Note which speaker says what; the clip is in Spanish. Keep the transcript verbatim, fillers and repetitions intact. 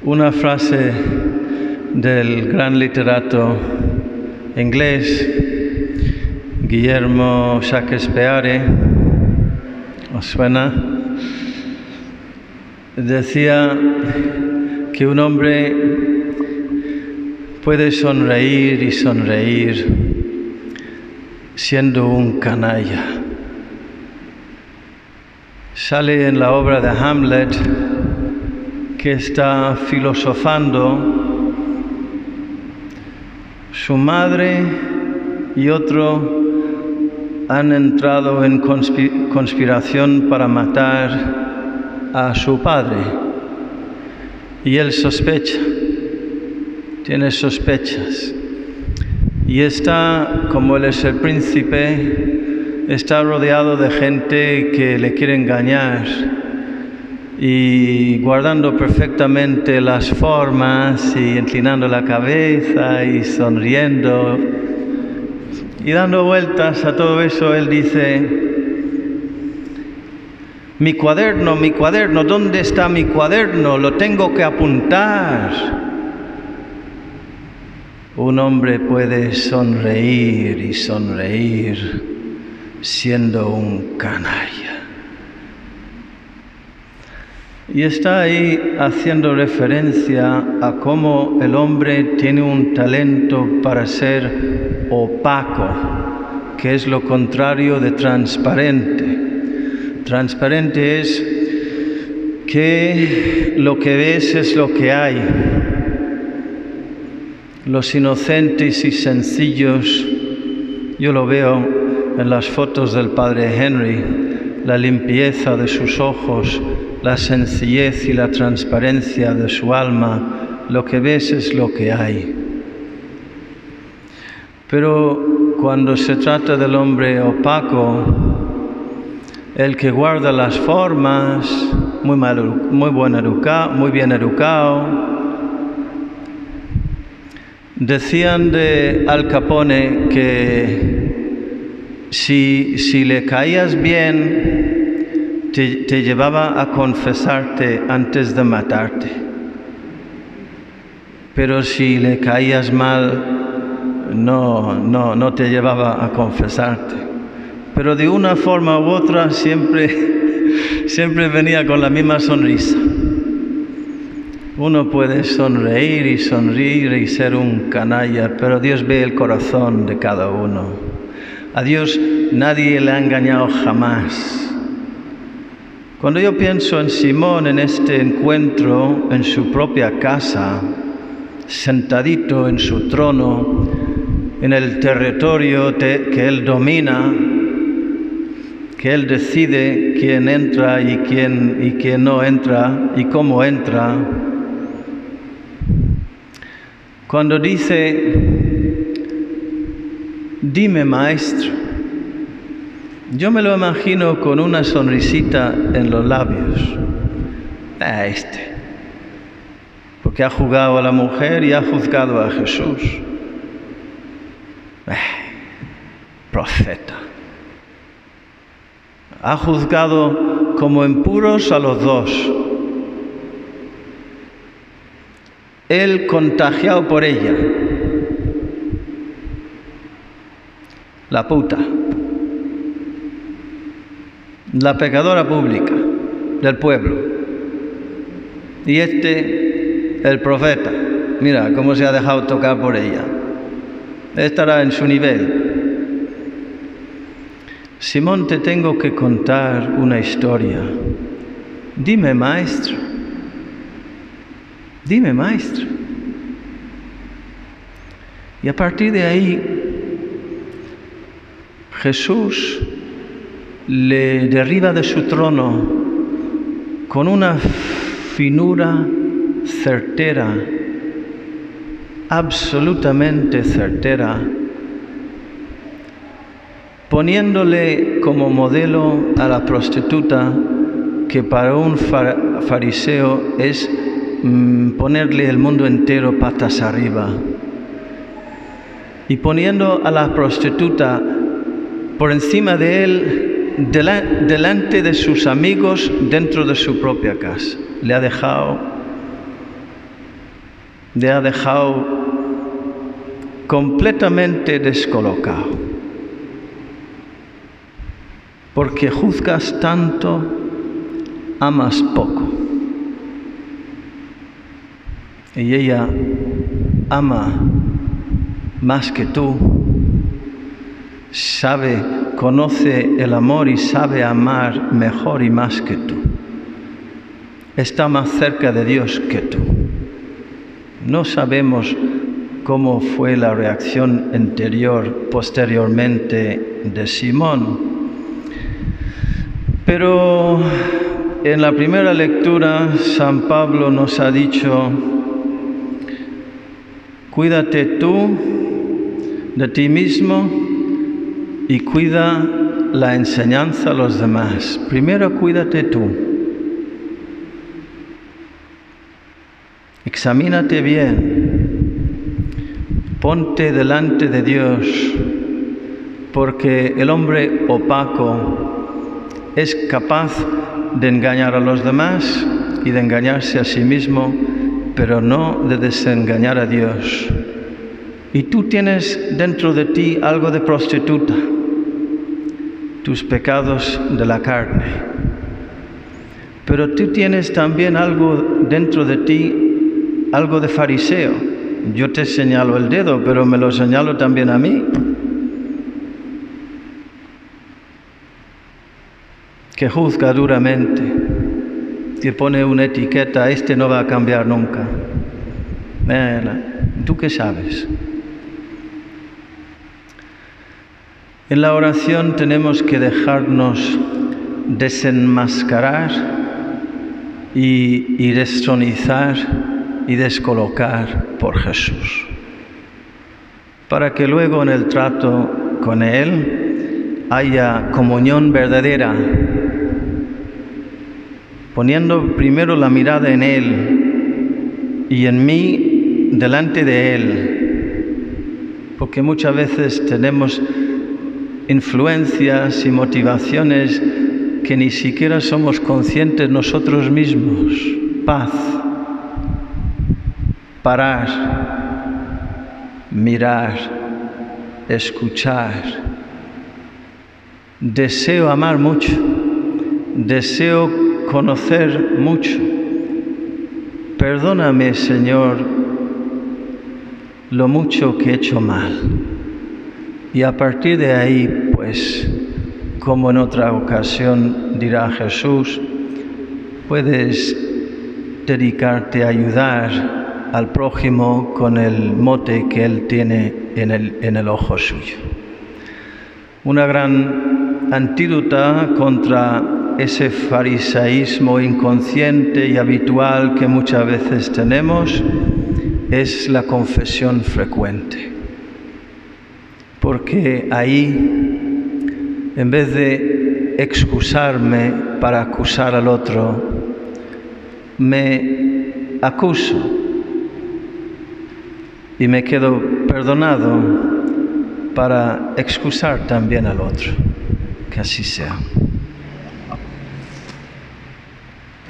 Speaker 1: una frase del gran literato inglés Guillermo Shakespeare, ¿os suena? Decía que un hombre puede sonreír y sonreír siendo un canalla. Sale en la obra de Hamlet que está filosofando. Su madre y otro han entrado en conspiración para matar a su padre. Y él sospecha, tiene sospechas. Y está, como él es el príncipe, está rodeado de gente que le quiere engañar. Y guardando perfectamente las formas y inclinando la cabeza y sonriendo y dando vueltas a todo eso, él dice: mi cuaderno, mi cuaderno, ¿dónde está mi cuaderno? Lo tengo que apuntar. Un hombre puede sonreír y sonreír siendo un canalla. Y está ahí haciendo referencia a cómo el hombre tiene un talento para ser opaco, que es lo contrario de transparente. Transparente es que lo que ves es lo que hay. Los inocentes y sencillos, yo lo veo en las fotos del padre Henry, la limpieza de sus ojos, la sencillez y la transparencia de su alma. Lo que ves es lo que hay. Pero cuando se trata del hombre opaco, el que guarda las formas, muy, mal, muy, buen educado, muy bien educado, decían de Al Capone que si, si le caías bien, Te, te llevaba a confesarte antes de matarte. Pero si le caías mal, no, no, no te llevaba a confesarte. Pero de una forma u otra siempre, siempre venía con la misma sonrisa. Uno puede sonreír y sonreír y ser un canalla, pero Dios ve el corazón de cada uno. A Dios nadie le ha engañado jamás. Cuando yo pienso en Simón en este encuentro en su propia casa, sentadito en su trono, en el territorio te, que él domina, que él decide quién entra y quién, y quién no entra y cómo entra. Cuando dice: dime, maestro, yo me lo imagino con una sonrisita en los labios. Ah, este. Porque ha jugado a la mujer y ha juzgado a Jesús. Ah, profeta. Ha juzgado como impuros a los dos. Él contagiado por ella. La puta. La pecadora pública del pueblo. Y este, el profeta, mira cómo se ha dejado tocar por ella. Estará en su nivel. Simón, te tengo que contar una historia. Dime, maestro. Dime, maestro. Y a partir de ahí, Jesús le derriba de su trono con una finura certera, absolutamente certera, poniéndole como modelo a la prostituta, que para un fariseo es mm, ponerle el mundo entero patas arriba, y poniendo a la prostituta por encima de él, delante de sus amigos, dentro de su propia casa. Le ha dejado te ha dejado completamente descolocado, porque juzgas tanto, amas poco. Y ella ama más que tú, sabe, conoce el amor y sabe amar mejor y más que tú. Está más cerca de Dios que tú. No sabemos cómo fue la reacción interior posteriormente de Simón, pero en la primera lectura San Pablo nos ha dicho: cuídate tú de ti mismo y cuida la enseñanza a los demás. Primero cuídate tú. Examínate bien. Ponte delante de Dios, porque el hombre opaco es capaz de engañar a los demás y de engañarse a sí mismo, pero no de desengañar a Dios. Y tú tienes dentro de ti algo de prostituta, tus pecados de la carne. Pero tú tienes también algo dentro de ti, algo de fariseo. Yo te señalo el dedo, pero me lo señalo también a mí. Que juzga duramente, que pone una etiqueta: este no va a cambiar nunca. Bueno, ¿tú qué sabes? En la oración tenemos que dejarnos desenmascarar y, y destronizar y descolocar por Jesús, para que luego en el trato con Él haya comunión verdadera, poniendo primero la mirada en Él y en mí delante de Él, porque muchas veces tenemos influencias y motivaciones que ni siquiera somos conscientes nosotros mismos. Paz, parar, mirar, escuchar. Deseo amar mucho, deseo conocer mucho. Perdóname, Señor, lo mucho que he hecho mal. Y a partir de ahí, pues, como en otra ocasión dirá Jesús, puedes dedicarte a ayudar al prójimo con el mote que él tiene en el, en el ojo suyo. Una gran antídota contra ese farisaísmo inconsciente y habitual que muchas veces tenemos es la confesión frecuente. Porque ahí, en vez de excusarme para acusar al otro, me acuso y me quedo perdonado para excusar también al otro. Que así sea.